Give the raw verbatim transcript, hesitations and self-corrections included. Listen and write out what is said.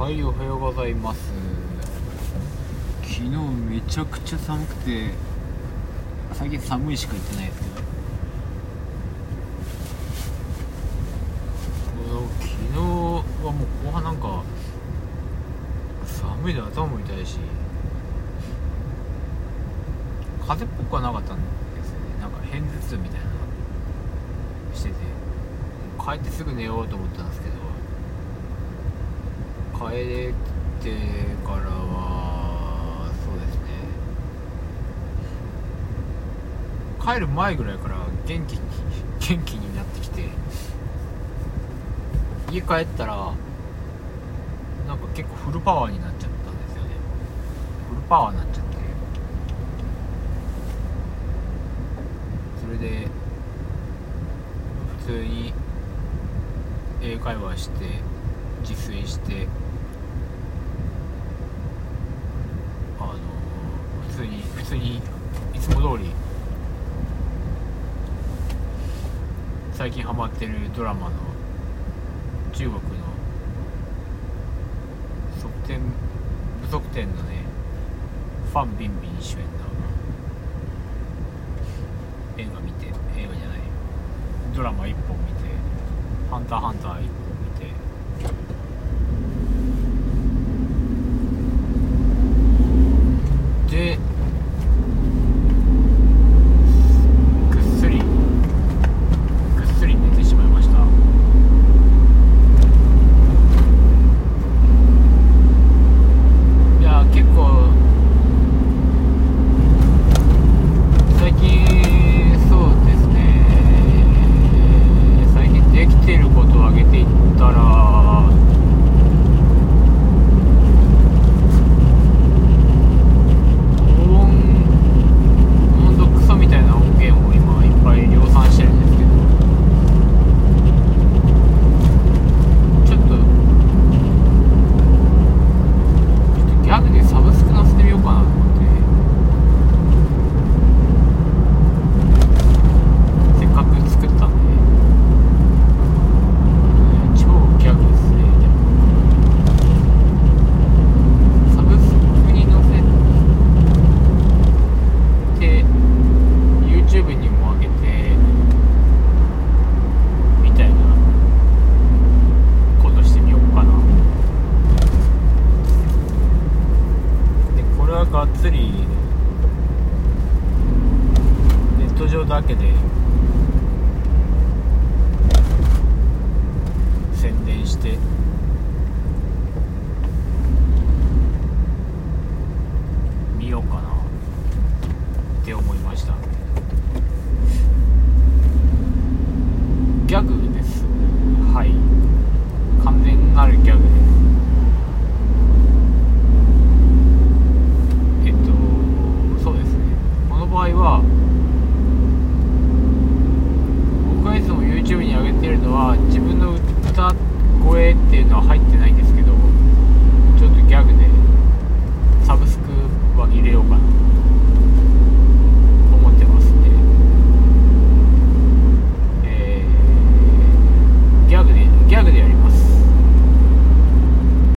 はい、おはようございます。昨日めちゃくちゃ寒くて、最近寒いしか言ってないですけど、昨日はもう後半なんか寒いで頭も痛いし、風邪っぽくはなかったんですよね。なんか片頭痛みたいなのしてて、帰ってすぐ寝ようと思ったんですけど、帰ってからはそうですね、帰る前ぐらいから元気に元気になってきて、家帰ったらなんか結構フルパワーになっちゃったんですよね。フルパワーになっちゃって、それで普通に英会話して自炊して、あの普通に普通にいつも通り最近ハマってるドラマの中国の側転武則天のね、ファン・ビンビン主演の映画見て、映画じゃないドラマいっぽん見て、ハンターハンターいっぽん見て、でぐっすりぐっすり寝てしまいました。いや結構最近そうですね、最近できていることを挙げていったら、がっつりネット上だけで宣伝してみようかなって思いました。ギャグです。はい、完全なるギャグです。場合は僕がいつも YouTube に上げているのは自分の歌声っていうのは入ってないんですけど、ちょっとギャグで